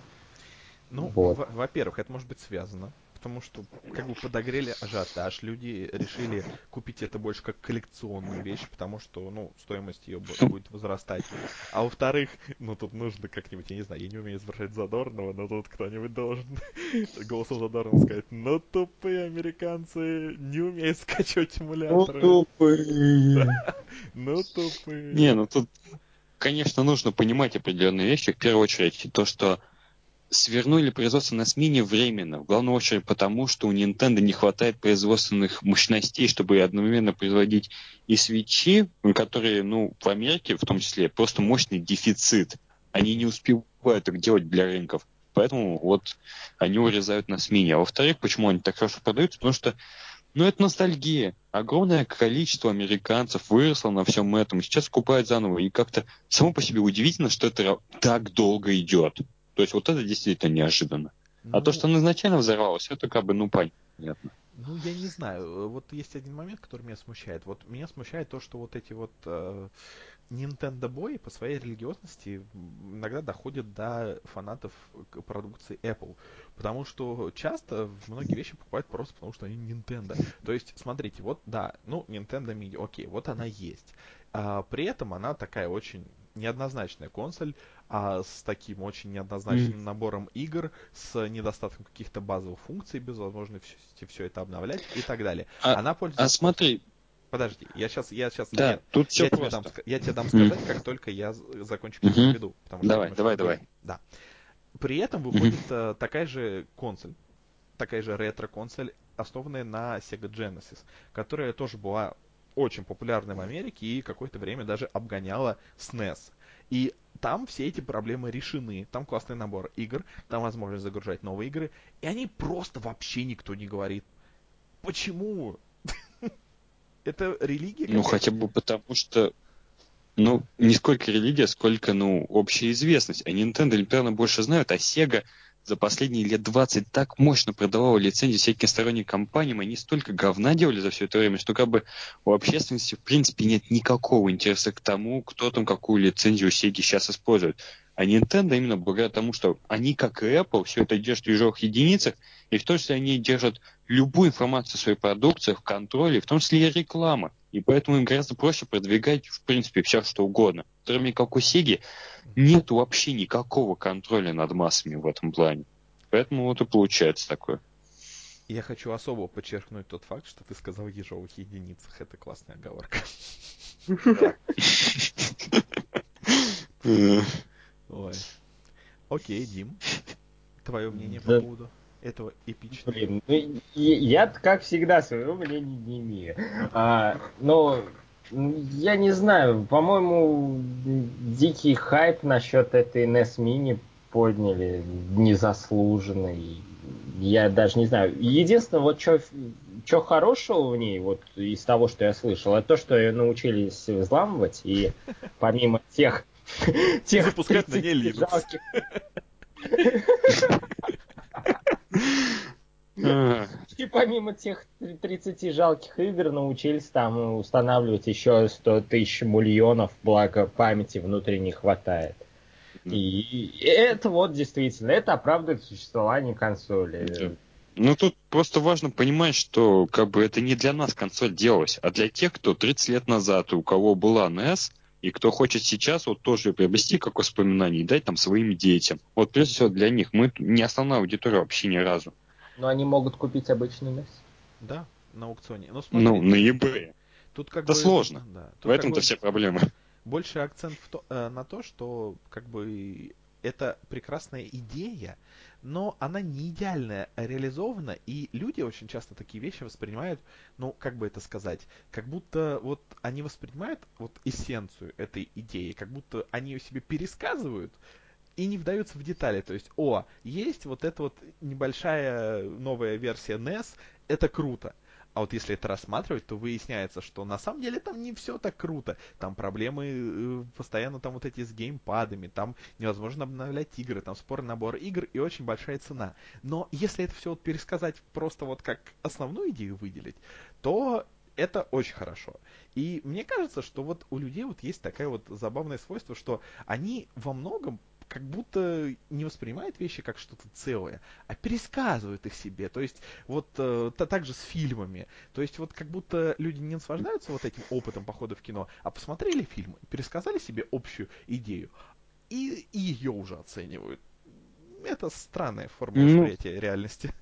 Ну, Вот. во-первых, это может быть связано, потому что как бы подогрели ажиотаж, люди решили купить это больше как коллекционную вещь, потому что, ну, стоимость ее будет возрастать. А во-вторых, ну, тут нужно как-нибудь, я не знаю, я не умею изображать Задорнова, но тут кто-нибудь должен голосом Задорнова сказать: ну, тупые американцы не умеют скачивать Ну, эмуляторы. Да, тупые. ну, Не, тупые. ну тут, конечно, нужно понимать определенные вещи. В первую очередь, то, что свернули производство на смене временно. В главную очередь потому, что у Nintendo не хватает производственных мощностей, чтобы одновременно производить и свитчи, которые, ну, в Америке в том числе, просто мощный дефицит. Они не успевают так делать для рынков. Поэтому вот они урезают на смене. А во-вторых, почему они так хорошо продаются? Потому что, ну, это ностальгия. Огромное количество американцев выросло на всем этом. Сейчас скупают заново. И как-то само по себе удивительно, что это так долго идет. То есть вот это действительно неожиданно. А то, Ну, что она изначально взорвалась, это как бы, ну, понятно. Ну, я не знаю. Вот есть один момент, который меня смущает. Вот меня смущает то, что вот эти вот Nintendo бои по своей религиозности иногда доходят до фанатов продукции Apple. Потому что часто многие вещи покупают просто потому, что они Nintendo. То есть, смотрите, вот да, ну, Nintendo Mini, окей, вот она есть. При этом она такая очень неоднозначная консоль, с таким очень неоднозначным набором игр, с недостатком каких-то базовых функций, без возможности все это обновлять и так далее. А, Она а пользуется спросом. смотри, Подожди, да, нет, тут все просто. я тебе дам Мгм. сказать, как только я закончу, к чему я Мгм. веду, потому что я Давай, немножко давай, заговорил. давай. Да. При этом Мгм. выходит такая же консоль, такая же ретро-консоль, основанная на Sega Genesis, которая тоже была очень популярной в Америке и какое-то время даже обгоняла SNES. И там все эти проблемы решены. Там классный набор игр, там возможность загружать новые игры, и они просто вообще никто не говорит. Почему? Это религия Ну, хотя какая-то? бы потому, что, ну, не сколько религия, сколько, ну, общая известность. А Nintendo, наверное, больше знают, а Sega за последние лет 20 так мощно продавала лицензии всяким сторонним компаниям, они столько говна делали за все это время, что как бы у общественности в принципе нет никакого интереса к тому, кто там какую лицензию Sega сейчас использует. А Nintendo именно благодаря тому, что они, как и Apple, все это держат в ежовых единицах, и в том числе они держат любую информацию о своей продукции в контроле, в том числе и реклама. И поэтому им гораздо проще продвигать, в принципе, все что угодно. В то время как у Sega нет вообще никакого контроля над массами в этом плане. Поэтому вот и получается такое. Я хочу особо подчеркнуть тот факт, что ты сказал в ежовых единицах. Это классная оговорка. Да. Ой. Окей, Дим, твое мнение по Да, поводу этого эпичного? блин, ну, я как всегда своего мнения не имею. Но я не знаю, по-моему, дикий хайп насчет этой NES Mini подняли незаслуженный. Я даже не знаю. Единственное, вот что хорошего в ней, вот из того, что я слышал, это то, что ее научились взламывать, и помимо И тех запускать на 30 ней Linux. жалких. А, И помимо тех 30 жалких игр научились там устанавливать еще 100 тысяч миллионов, благо памяти внутренней хватает. И это вот действительно, это оправдывает существование да. консоли. Ну, тут просто важно понимать, что как бы это не для нас консоль делалась, а для тех, кто 30 лет назад, у кого была NES, и кто хочет сейчас вот тоже приобрести как воспоминание и дать там своим детям. Вот прежде всего для них. Мы не основная аудитория вообще ни разу. Но они могут купить обычный NES. Да, на аукционе. Но Ну, смотри, на eBay. тут как Это бы, сложно. да, В тут как этом-то бы вся проблема. больше акцент на то, что как бы это прекрасная идея, но она не идеально реализована, и люди очень часто такие вещи воспринимают, ну, как бы это сказать, как будто вот они воспринимают вот эссенцию этой идеи, как будто они ее себе пересказывают, и не вдаются в детали. То есть, есть вот эта вот небольшая новая версия NES, это круто. А вот если это рассматривать, то выясняется, что на самом деле там не все так круто. Там проблемы постоянно там вот эти с геймпадами, там невозможно обновлять игры, там спорный набор игр и очень большая цена. Но если это все вот пересказать просто вот как основную идею выделить, то это очень хорошо. И мне кажется, что вот у людей вот есть такое вот забавное свойство, что они во многом как будто не воспринимают вещи как что-то целое, а пересказывают их себе. То есть вот так же с фильмами. То есть вот как будто люди не наслаждаются вот этим опытом похода в кино, а посмотрели фильм, пересказали себе общую идею и ее уже оценивают. Это странная форма Ну, восприятия реальности.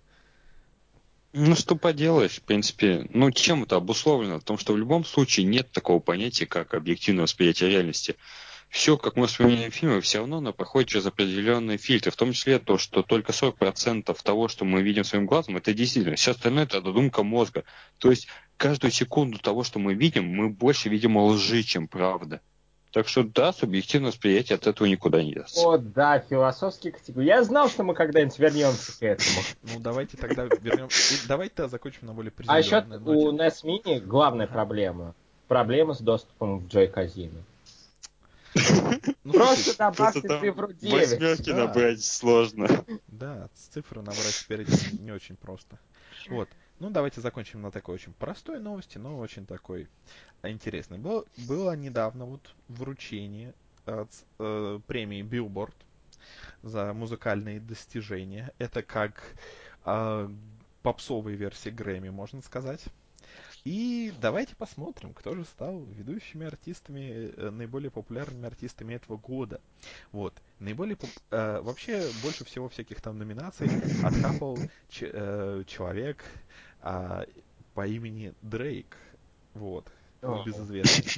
ну, что поделаешь, в принципе, ну, чем это обусловлено? В том, что в любом случае нет такого понятия, как объективное восприятие реальности. Все, как мы вспоминаем фильмы, все равно оно проходит через определенные фильтры, в том числе то, что только 40% того, что мы видим своим глазом, это действительно. Все остальное это додумка мозга. То есть каждую секунду того, что мы видим, мы больше видим лжи, чем правда. Так что да, субъективное восприятие от этого никуда не деться. О, да, философский категории. Я знал, что мы когда-нибудь вернемся к этому. Ну, давайте тогда вернем... И давайте тогда закончим на более А еще приземленной у ноте. NES Mini главная Ага. проблема. Проблема с доступом в Joy Casino. Ну, Просто слушай, Просто добавьте там цифру 9. восьмерки да, набрать сложно. да, цифры набрать спереди не очень просто. Вот. Ну, давайте закончим на такой очень простой новости, но очень такой интересной. Было недавно вот вручение премии Billboard за музыкальные достижения. Это как попсовые версии Грэмми, можно сказать. И давайте посмотрим, кто же стал ведущими артистами, наиболее популярными артистами этого года. Вот. Вообще, больше всего всяких там номинаций отхапал человек а, по имени Дрейк. Вот. О, Небезызвестный.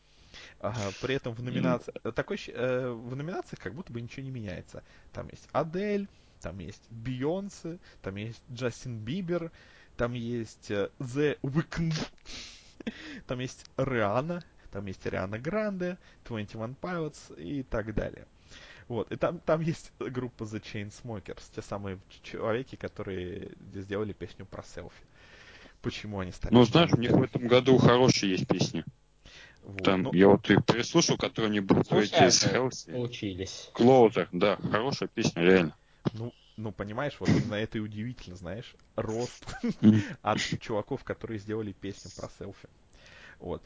При этом в номинациях как будто бы ничего не меняется. Там есть Адель, там есть Бейонсе, там есть Джастин Бибер, там есть The Weeknd, там есть Риhanna, там есть Ариана Гранде, 21 Pilots и так далее. Вот, и там есть группа The Chainsmokers, те самые человеки, которые сделали песню про селфи. Почему они стали Ну, знаешь, у них в исполнителями? этом году хорошие есть песни. Вот, Там, ну, я вот и переслушал, которые они будут эти с случайно Хелси. получились. Closer, да, хорошая песня, реально. ну, понимаешь, вот именно это и удивительно, знаешь, рост Мгм. от чуваков, которые сделали песню про селфи. Вот.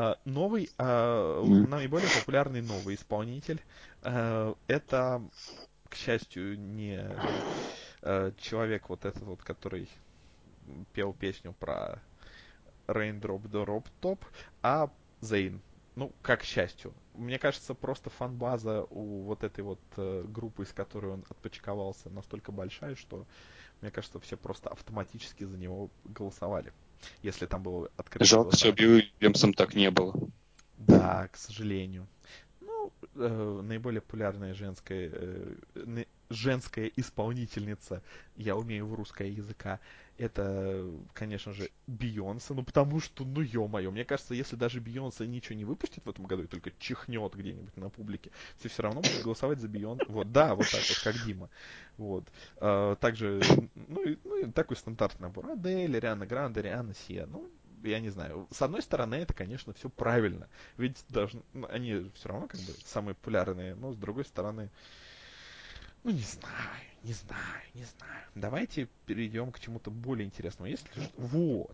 Мгм. Наиболее популярный новый исполнитель, это, к счастью, не человек вот этот вот, который пел песню про Raindrop Drop Top, а Зейн. Ну, как к счастью. Мне кажется, просто фан-база у вот этой вот группы, из которой он отпочковался, настолько большая, что, мне кажется, все просто автоматически за него голосовали, если там было открытое Жалко, что голосование. Уильямсом так не было. Да, к сожалению. Ну, наиболее популярная женская исполнительница, я умею в русское языка, это, конечно же, Бейонсе, ну потому что, ну ё-моё, мне кажется, если даже Бейонсе ничего не выпустит в этом году и только чихнет где-нибудь на публике, все равно будут голосовать за Бейонсе. Вот, да, вот так вот, как Дима. Вот. Также, ну и такой стандартный набор. Адель, Риана Гранде, Риана Сия. Ну, я не знаю. С одной стороны, это, конечно, все правильно. Ведь они все равно как бы самые популярные, но с другой стороны, ну не знаю. Давайте перейдем к чему-то более интересному. Если что, вот.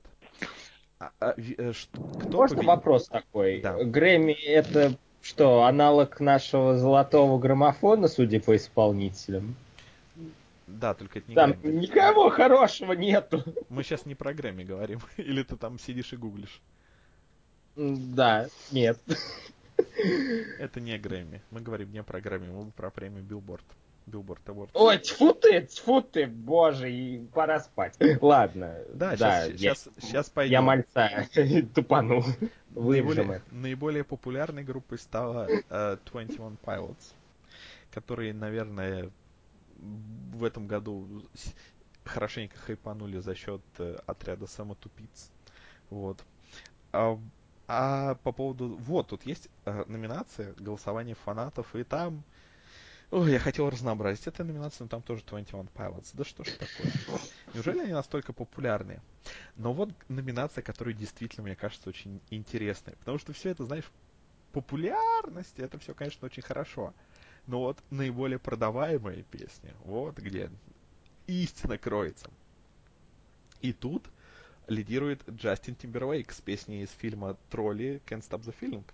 Кто Можно победил? вопрос такой? Да, Грэмми это что, аналог нашего золотого граммофона, судя по исполнителям? да, только это не Там Грэмми. никого хорошего нету. Мы сейчас не про Грэмми говорим. Или ты там сидишь и гуглишь. Да, нет. Это не Грэмми. Мы говорим не про Грэмми, мы про премию Billboard. Billboard Awards. Ой, тьфу ты, боже, и пора спать. Ладно, Да, да, сейчас я пойдем. мальца тупанул. Вырежем это. Наиболее популярной группой стала 21 Pilots, которые, наверное, в этом году хорошенько хайпанули за счет отряда самотупиц. Вот. А, а по поводу... Вот, тут есть номинация голосование фанатов, и там Ой, я хотел разнообразить эту номинацию, но там тоже 21 Pilots. Да что ж такое? Неужели они настолько популярны? Но вот номинация, которая действительно, мне кажется, очень интересная. Потому что все это, знаешь, популярность, это все, конечно, очень хорошо. Но вот наиболее продаваемая песня, вот где истина кроется. И тут лидирует Джастин Тимберлейк с песней из фильма «Тролли» «Can't Stop the Feeling».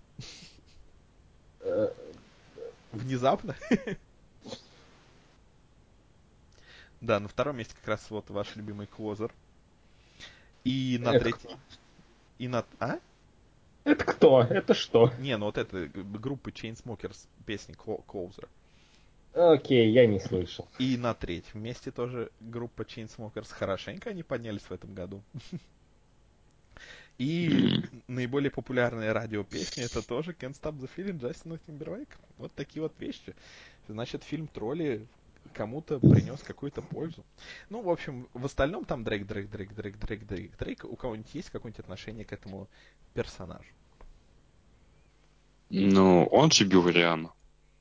Внезапно. Да, на втором месте как раз вот ваш любимый Клозер. И на Это третьем... И на... А? Это кто? Это что? Не, ну вот это группы Chainsmokers песни Closer. Окей, я не слышал. И на третьем месте тоже группа Chainsmokers. Хорошенько они поднялись в этом году. И наиболее популярная радиопесня это тоже Can't Stop the Feeling Джастина Тимберлейка. Вот такие вот вещи. Значит, фильм «Тролли» кому-то принес какую-то пользу. Ну, в общем, в остальном там Дрейк. У кого-нибудь есть какое-нибудь отношение к этому персонажу? Ну, он же бил Риану.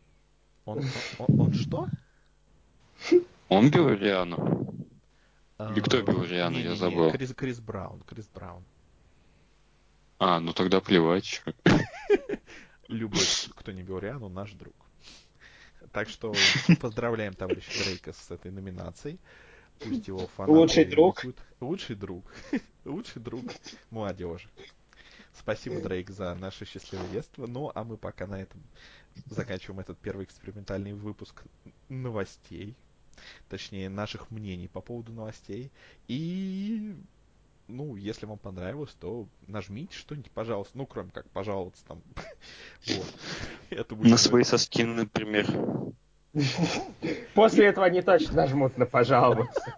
Он что? Он бил Риану. Или кто бил Риану, я Не-не-не, забыл. Крис Браун. А, ну тогда плевать. Любой, кто не бил Риану, наш друг. Так что поздравляем товарища Дрейка с этой номинацией. Пусть его фанаты Лучший друг. ликуют. Лучший друг. Лучший друг молодежи. Спасибо, Дрейк, за наше счастливое детство. Ну, а мы пока на этом заканчиваем этот первый экспериментальный выпуск новостей. Точнее, наших мнений по поводу новостей. И, ну, если вам понравилось, то нажмите что-нибудь, пожалуйста. Ну, кроме как пожаловаться там. Вот. Это будет На свои соски, например. После этого они точно нажмут на «пожаловаться».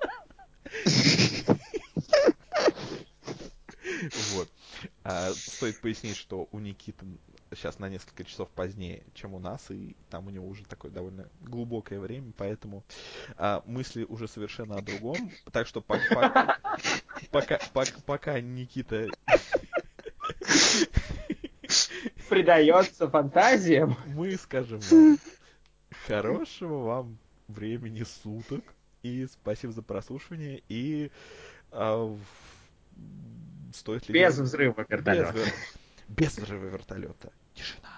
Вот. Стоит пояснить, что у Никиты сейчас на несколько часов позднее, чем у нас, и там у него уже такое довольно глубокое время, поэтому мысли уже совершенно о другом. Так что пока Никита Предается фантазиям. мы скажем вам хорошего вам времени суток, и спасибо за прослушивание, и стоит ли Без делать... взрыва вертолета. Без взрыва вертолета. Тишина.